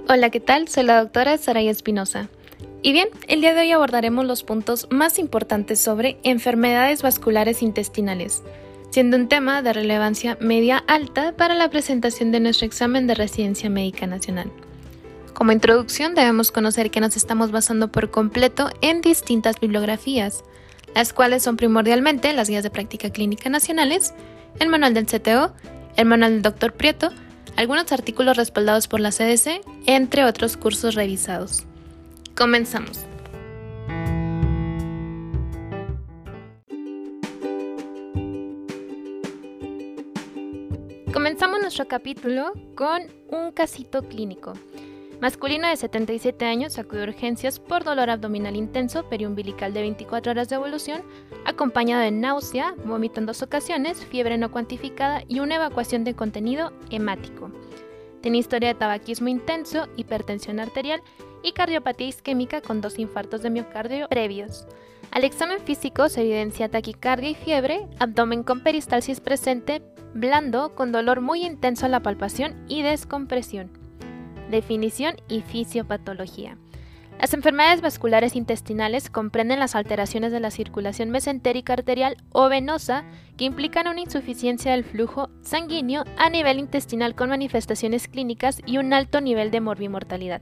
Hola, ¿qué tal? Soy la doctora Saraya Espinosa. Y bien, el día de hoy abordaremos los puntos más importantes sobre enfermedades vasculares intestinales, siendo un tema de relevancia media-alta para la presentación de nuestro examen de residencia médica nacional. Como introducción debemos conocer que nos estamos basando por completo en distintas bibliografías, las cuales son primordialmente las guías de práctica clínica nacionales, el manual del CTO, el manual del Dr. Prieto, algunos artículos respaldados por la CDC, entre otros cursos revisados. Comenzamos. Comenzamos nuestro capítulo con un casito clínico. Masculino de 77 años acude a urgencias por dolor abdominal intenso periumbilical de 24 horas de evolución, acompañado de náusea, vómito en 2 ocasiones, fiebre no cuantificada y una evacuación de contenido hemático. Tiene historia de tabaquismo intenso, hipertensión arterial y cardiopatía isquémica con 2 infartos de miocardio previos. Al examen físico se evidencia taquicardia y fiebre, abdomen con peristalsis presente, blando, con dolor muy intenso a la palpación y descompresión. Definición y fisiopatología. Las enfermedades vasculares intestinales comprenden las alteraciones de la circulación mesentérica arterial o venosa que implican una insuficiencia del flujo sanguíneo a nivel intestinal con manifestaciones clínicas y un alto nivel de morbimortalidad.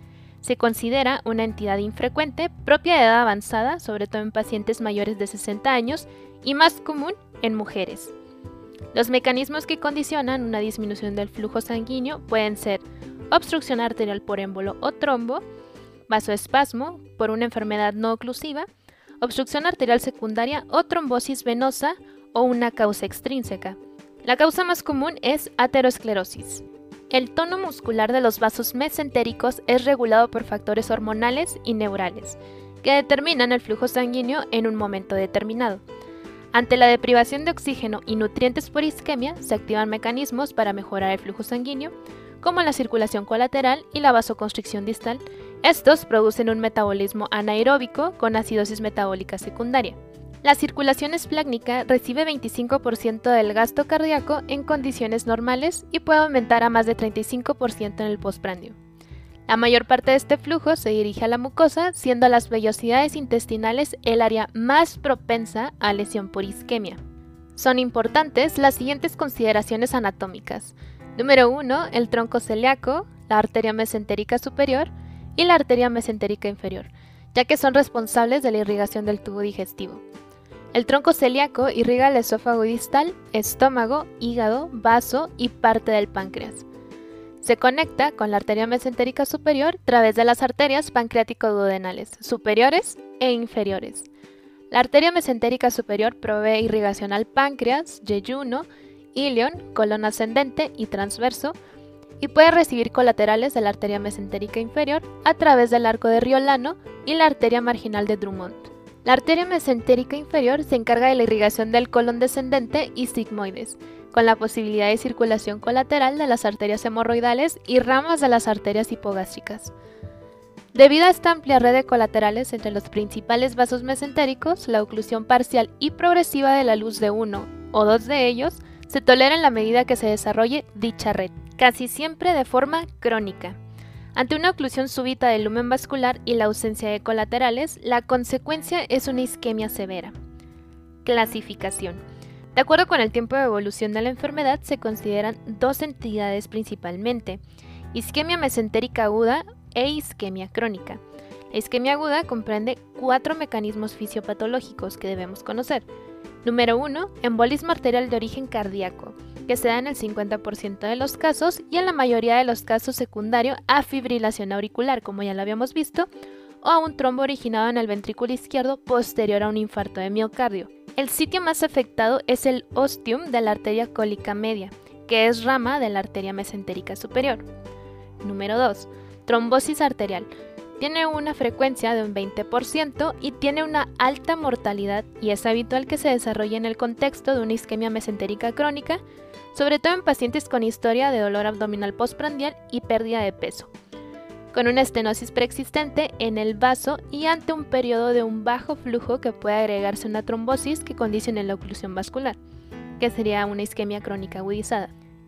Se considera una entidad infrecuente, propia de edad avanzada, sobre todo en pacientes mayores de 60 años y más común en mujeres. Los mecanismos que condicionan una disminución del flujo sanguíneo pueden ser obstrucción arterial por émbolo o trombo, vasoespasmo por una enfermedad no oclusiva, obstrucción arterial secundaria o trombosis venosa o una causa extrínseca. La causa más común es aterosclerosis. El tono muscular de los vasos mesentéricos es regulado por factores hormonales y neurales, que determinan el flujo sanguíneo en un momento determinado. Ante la deprivación de oxígeno y nutrientes por isquemia, se activan mecanismos para mejorar el flujo sanguíneo, como la circulación colateral y la vasoconstricción distal. Estos producen un metabolismo anaeróbico con acidosis metabólica secundaria. La circulación esplácnica recibe 25% del gasto cardíaco en condiciones normales y puede aumentar a más de 35% en el postprandio. La mayor parte de este flujo se dirige a la mucosa, siendo las vellosidades intestinales el área más propensa a lesión por isquemia. Son importantes las siguientes consideraciones anatómicas. Número 1, el tronco celíaco, la arteria mesentérica superior y la arteria mesentérica inferior, ya que son responsables de la irrigación del tubo digestivo. El tronco celíaco irriga el esófago distal, estómago, hígado, vaso y parte del páncreas. Se conecta con la arteria mesentérica superior a través de las arterias pancreático-duodenales superiores e inferiores. La arteria mesentérica superior provee irrigación al páncreas, yeyuno, ilion, colon ascendente y transverso, y puede recibir colaterales de la arteria mesentérica inferior a través del arco de Riolano y la arteria marginal de Drummond. La arteria mesentérica inferior se encarga de la irrigación del colon descendente y sigmoides, con la posibilidad de circulación colateral de las arterias hemorroidales y ramas de las arterias hipogástricas. Debido a esta amplia red de colaterales entre los principales vasos mesentéricos, la oclusión parcial y progresiva de la luz de uno o 2 de ellos se tolera en la medida que se desarrolle dicha red, casi siempre de forma crónica. Ante una oclusión súbita del lumen vascular y la ausencia de colaterales, la consecuencia es una isquemia severa. Clasificación. De acuerdo con el tiempo de evolución de la enfermedad, se consideran 2 entidades principalmente: isquemia mesentérica aguda e isquemia crónica. La isquemia aguda comprende 4 mecanismos fisiopatológicos que debemos conocer. Número 1, embolismo arterial de origen cardíaco, que se da en el 50% de los casos y en la mayoría de los casos secundario a fibrilación auricular, como ya lo habíamos visto, o a un trombo originado en el ventrículo izquierdo posterior a un infarto de miocardio. El sitio más afectado es el ostium de la arteria cólica media, que es rama de la arteria mesentérica superior. Número 2, trombosis arterial. Tiene una frecuencia de un 20% y tiene una alta mortalidad, y es habitual que se desarrolle en el contexto de una isquemia mesentérica crónica, sobre todo en pacientes con historia de dolor abdominal postprandial y pérdida de peso, con una estenosis preexistente en el vaso y ante un periodo de un bajo flujo que puede agregarse una trombosis que condicione la oclusión vascular, que sería una isquemia crónica agudizada.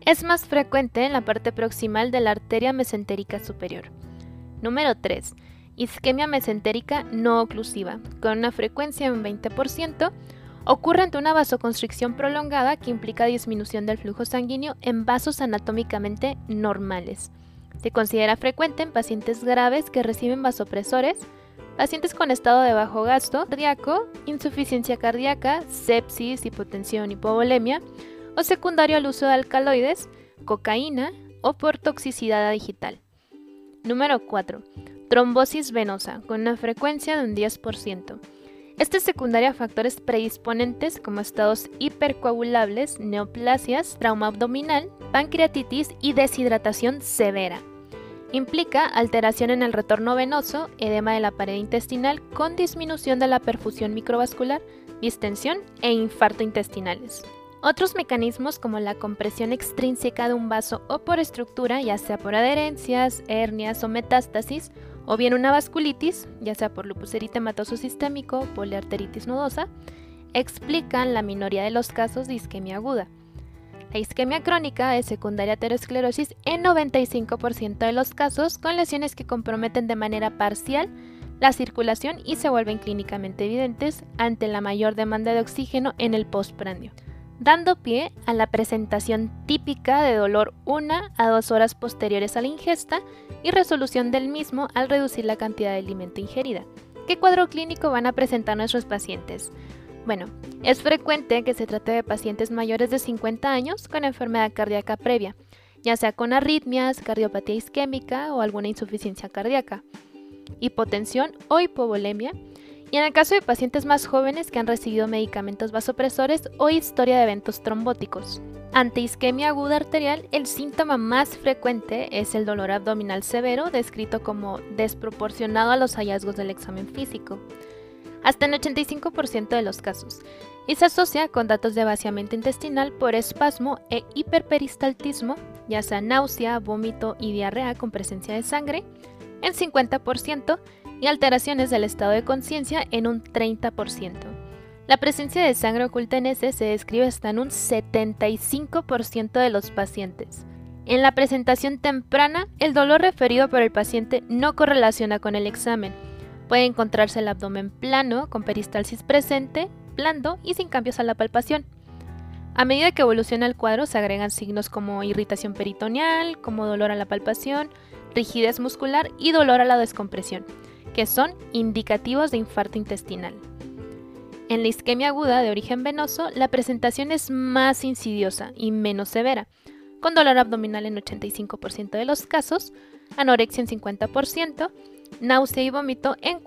Es más frecuente en la parte proximal de la arteria mesentérica superior. Número 3. Isquemia mesentérica no oclusiva, con una frecuencia de un 20%, ocurre ante una vasoconstricción prolongada que implica disminución del flujo sanguíneo en vasos anatómicamente normales. Se considera frecuente en pacientes graves que reciben vasopresores, pacientes con estado de bajo gasto cardíaco, insuficiencia cardíaca, sepsis, hipotensión, hipovolemia, o secundario al uso de alcaloides, cocaína o por toxicidad digital. Número 4. Trombosis venosa, con una frecuencia de un 10%. Esta es secundaria a factores predisponentes como estados hipercoagulables, neoplasias, trauma abdominal, pancreatitis y deshidratación severa. Implica alteración en el retorno venoso, edema de la pared intestinal con disminución de la perfusión microvascular, distensión e infarto intestinales. Otros mecanismos como la compresión extrínseca de un vaso o por estructura, ya sea por adherencias, hernias o metástasis, o bien una vasculitis, ya sea por lupus eritematoso sistémico o poliarteritis nodosa, explican la minoría de los casos de isquemia aguda. La isquemia crónica es secundaria a aterosclerosis en 95% de los casos, con lesiones que comprometen de manera parcial la circulación y se vuelven clínicamente evidentes ante la mayor demanda de oxígeno en el postprandio, dando pie a la presentación típica de dolor 1 a 2 horas posteriores a la ingesta y resolución del mismo al reducir la cantidad de alimento ingerida. ¿Qué cuadro clínico van a presentar nuestros pacientes? Bueno, es frecuente que se trate de pacientes mayores de 50 años con enfermedad cardíaca previa, ya sea con arritmias, cardiopatía isquémica o alguna insuficiencia cardíaca, hipotensión o hipovolemia, y en el caso de pacientes más jóvenes que han recibido medicamentos vasopresores o historia de eventos trombóticos. Ante isquemia aguda arterial, el síntoma más frecuente es el dolor abdominal severo, descrito como desproporcionado a los hallazgos del examen físico, hasta en 85% de los casos, y se asocia con datos de vaciamiento intestinal por espasmo e hiperperistaltismo, ya sea náusea, vómito y diarrea con presencia de sangre, en 50%, y alteraciones del estado de conciencia en un 30%. La presencia de sangre oculta en heces se describe hasta en un 75% de los pacientes. En la presentación temprana, el dolor referido por el paciente no correlaciona con el examen. Puede encontrarse el abdomen plano, con peristalsis presente, blando y sin cambios a la palpación. A medida que evoluciona el cuadro, se agregan signos como irritación peritoneal, como dolor a la palpación, rigidez muscular y dolor a la descompresión, que son indicativos de infarto intestinal. En la isquemia aguda de origen venoso, la presentación es más insidiosa y menos severa, con dolor abdominal en 85% de los casos, anorexia en 50%, náusea y vómito en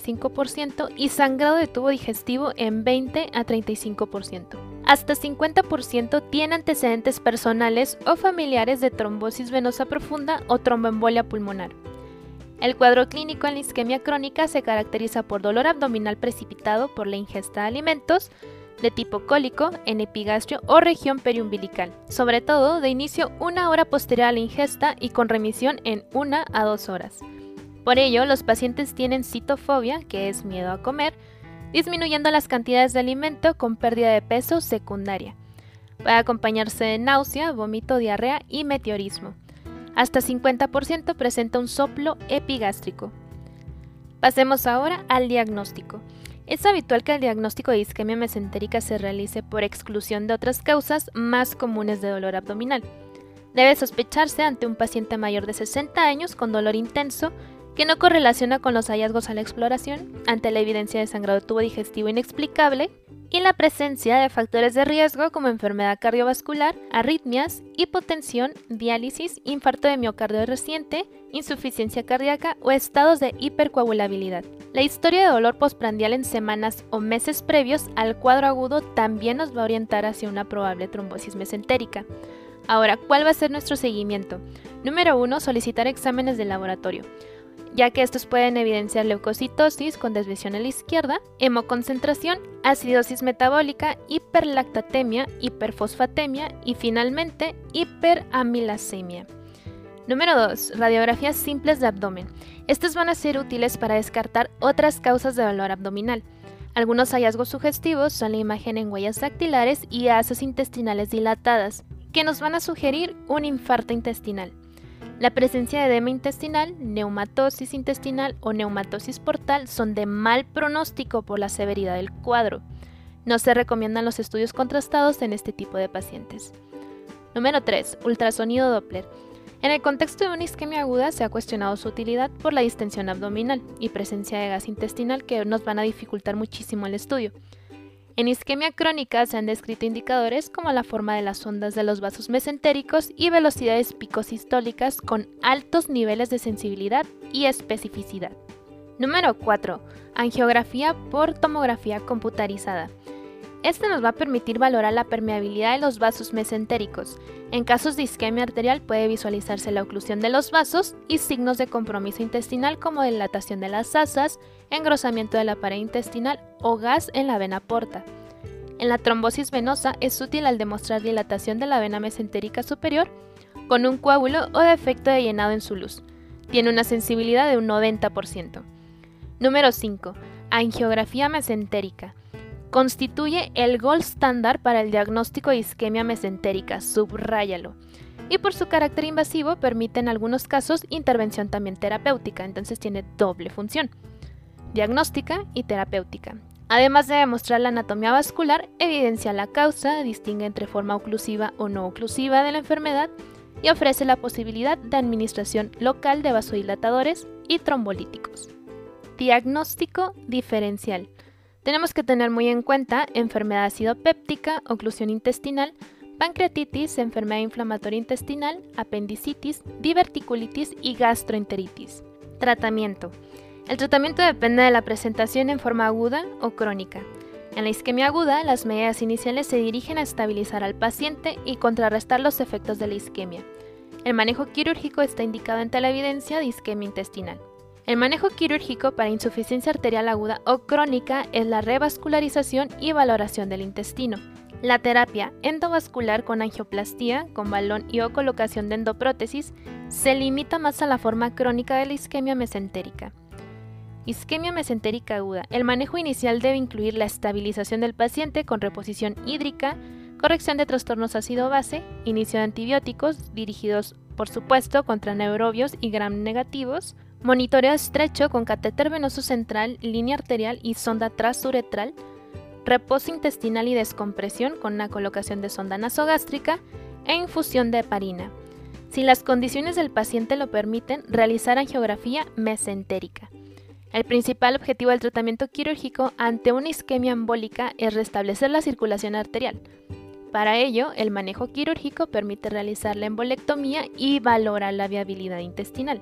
45% y sangrado de tubo digestivo en 20 a 35%. Hasta 50% tiene antecedentes personales o familiares de trombosis venosa profunda o tromboembolia pulmonar. El cuadro clínico en la isquemia crónica se caracteriza por dolor abdominal precipitado por la ingesta de alimentos de tipo cólico en epigastrio o región periumbilical, sobre todo de inicio 1 hora posterior a la ingesta y con remisión en 1 a 2 horas. Por ello, los pacientes tienen citofobia, que es miedo a comer, disminuyendo las cantidades de alimento con pérdida de peso secundaria. Puede acompañarse de náusea, vómito, diarrea y meteorismo. Hasta 50% presenta un soplo epigástrico. Pasemos ahora al diagnóstico. Es habitual que el diagnóstico de isquemia mesentérica se realice por exclusión de otras causas más comunes de dolor abdominal. Debe sospecharse ante un paciente mayor de 60 años con dolor intenso que no correlaciona con los hallazgos a la exploración, ante la evidencia de sangrado de tubo digestivo inexplicable y la presencia de factores de riesgo como enfermedad cardiovascular, arritmias, hipotensión, diálisis, infarto de miocardio reciente, insuficiencia cardíaca o estados de hipercoagulabilidad. La historia de dolor postprandial en semanas o meses previos al cuadro agudo también nos va a orientar hacia una probable trombosis mesentérica. Ahora, ¿cuál va a ser nuestro seguimiento? Número 1, solicitar exámenes de laboratorio, ya que estos pueden evidenciar leucocitosis con desviación a la izquierda, hemoconcentración, acidosis metabólica, hiperlactatemia, hiperfosfatemia y finalmente hiperamilasemia. Número 2. Radiografías simples de abdomen. Estas van a ser útiles para descartar otras causas de dolor abdominal. Algunos hallazgos sugestivos son la imagen en huellas dactilares y asas intestinales dilatadas, que nos van a sugerir un infarto intestinal. La presencia de edema intestinal, neumatosis intestinal o neumatosis portal son de mal pronóstico por la severidad del cuadro. No se recomiendan los estudios contrastados en este tipo de pacientes. Número 3. Ultrasonido Doppler. En el contexto de una isquemia aguda se ha cuestionado su utilidad por la distensión abdominal y presencia de gas intestinal que nos van a dificultar muchísimo el estudio. En isquemia crónica se han descrito indicadores como la forma de las ondas de los vasos mesentéricos y velocidades picosistólicas con altos niveles de sensibilidad y especificidad. Número 4. Angiografía por tomografía computarizada. Este nos va a permitir valorar la permeabilidad de los vasos mesentéricos. En casos de isquemia arterial puede visualizarse la oclusión de los vasos y signos de compromiso intestinal como dilatación de las asas, engrosamiento de la pared intestinal o gas en la vena porta. En la trombosis venosa es útil al demostrar dilatación de la vena mesentérica superior con un coágulo o defecto de llenado en su luz. Tiene una sensibilidad de un 90%. Número 5. Angiografía mesentérica. Constituye el gold estándar para el diagnóstico de isquemia mesentérica, subráyalo. Y por su carácter invasivo permite en algunos casos intervención también terapéutica, entonces tiene doble función, diagnóstica y terapéutica. Además de demostrar la anatomía vascular, evidencia la causa, distingue entre forma oclusiva o no oclusiva de la enfermedad y ofrece la posibilidad de administración local de vasodilatadores y trombolíticos. Diagnóstico diferencial. Tenemos que tener muy en cuenta enfermedad acidopéptica, oclusión intestinal, pancreatitis, enfermedad inflamatoria intestinal, apendicitis, diverticulitis y gastroenteritis. Tratamiento. El tratamiento depende de la presentación en forma aguda o crónica. En la isquemia aguda, las medidas iniciales se dirigen a estabilizar al paciente y contrarrestar los efectos de la isquemia. El manejo quirúrgico está indicado ante la evidencia de isquemia intestinal. El manejo quirúrgico para insuficiencia arterial aguda o crónica es la revascularización y valoración del intestino. La terapia endovascular con angioplastía, con balón y o colocación de endoprótesis se limita más a la forma crónica de la isquemia mesentérica. Isquemia mesentérica aguda. El manejo inicial debe incluir la estabilización del paciente con reposición hídrica, corrección de trastornos ácido-base, inicio de antibióticos dirigidos, por supuesto, contra anaerobios y gram negativos, monitoreo estrecho con catéter venoso central, línea arterial y sonda transuretral, reposo intestinal y descompresión con una colocación de sonda nasogástrica e infusión de heparina. Si las condiciones del paciente lo permiten, realizar angiografía mesentérica. El principal objetivo del tratamiento quirúrgico ante una isquemia embólica es restablecer la circulación arterial. Para ello, el manejo quirúrgico permite realizar la embolectomía y valorar la viabilidad intestinal.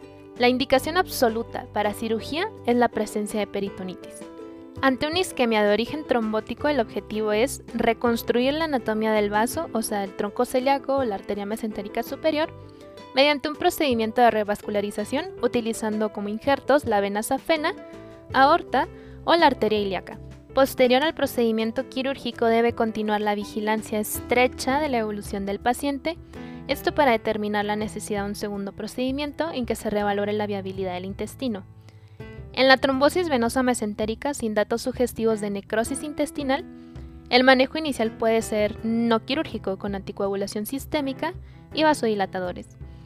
La indicación absoluta para cirugía es la presencia de peritonitis. Ante una isquemia de origen trombótico, el objetivo es reconstruir la anatomía del vaso, o sea, el tronco celíaco o la arteria mesentérica superior, mediante un procedimiento de revascularización utilizando como injertos la vena safena, aorta o la arteria ilíaca. Posterior al procedimiento quirúrgico debe continuar la vigilancia estrecha de la evolución del paciente, esto para determinar la necesidad de un segundo procedimiento en que se revalore la viabilidad del intestino. En la trombosis venosa mesentérica sin datos sugestivos de necrosis intestinal, el manejo inicial puede ser no quirúrgico con anticoagulación sistémica y vasodilatadores.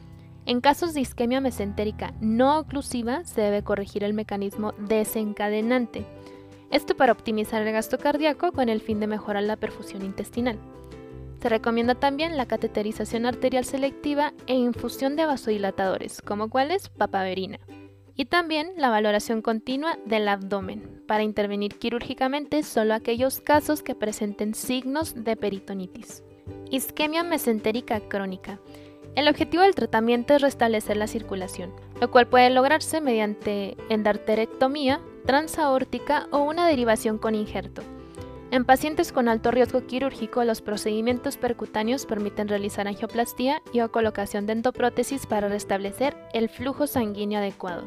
En casos de isquemia mesentérica no oclusiva se debe corregir el mecanismo desencadenante, esto para optimizar el gasto cardíaco con el fin de mejorar la perfusión intestinal. Se recomienda también la cateterización arterial selectiva e infusión de vasodilatadores, como cuáles papaverina, y también la valoración continua del abdomen, para intervenir quirúrgicamente solo aquellos casos que presenten signos de peritonitis. Isquemia mesentérica crónica. El objetivo del tratamiento es restablecer la circulación, lo cual puede lograrse mediante endarterectomía, transaórtica o una derivación con injerto. En pacientes con alto riesgo quirúrgico, los procedimientos percutáneos permiten realizar angioplastía y o colocación de endoprótesis para restablecer el flujo sanguíneo adecuado.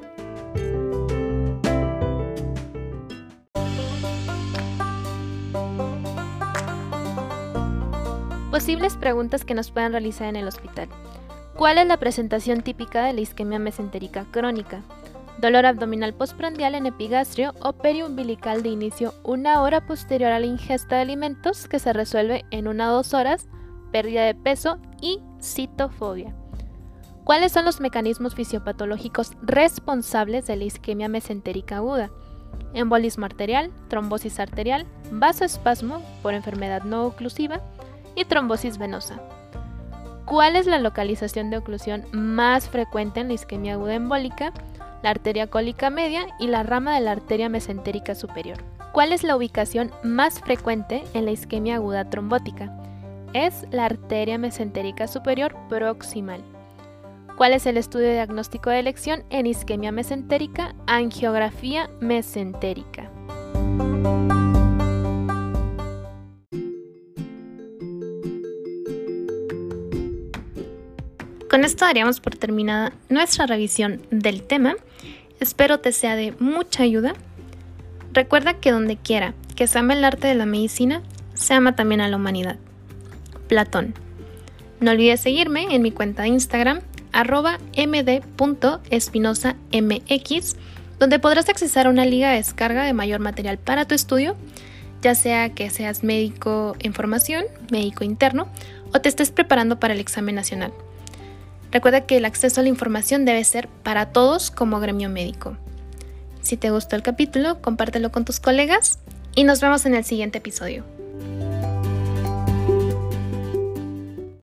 Posibles preguntas que nos puedan realizar en el hospital. ¿Cuál es la presentación típica de la isquemia mesentérica crónica? Dolor abdominal postprandial en epigastrio o periumbilical de inicio 1 hora posterior a la ingesta de alimentos que se resuelve en 1 a 2 horas pérdida de peso y citofobia. ¿Cuáles son los mecanismos fisiopatológicos responsables de la isquemia mesentérica aguda? Embolismo arterial, trombosis arterial, vasoespasmo por enfermedad no oclusiva y trombosis venosa. ¿Cuál es la localización de oclusión más frecuente en la isquemia aguda embólica? La arteria cólica media y la rama de la arteria mesentérica superior. ¿Cuál es la ubicación más frecuente en la isquemia aguda trombótica? Es la arteria mesentérica superior proximal. ¿Cuál es el estudio diagnóstico de elección en isquemia mesentérica? Angiografía mesentérica. Con esto daríamos por terminada nuestra revisión del tema. Espero te sea de mucha ayuda. Recuerda que donde quiera que se ame el arte de la medicina, se ama también a la humanidad. Platón. No olvides seguirme en mi cuenta de Instagram, @md.espinosamx, donde podrás accesar a una liga de descarga de mayor material para tu estudio, ya sea que seas médico en formación, médico interno, o te estés preparando para el examen nacional. Recuerda que el acceso a la información debe ser para todos como gremio médico. Si te gustó el capítulo, compártelo con tus colegas y nos vemos en el siguiente episodio.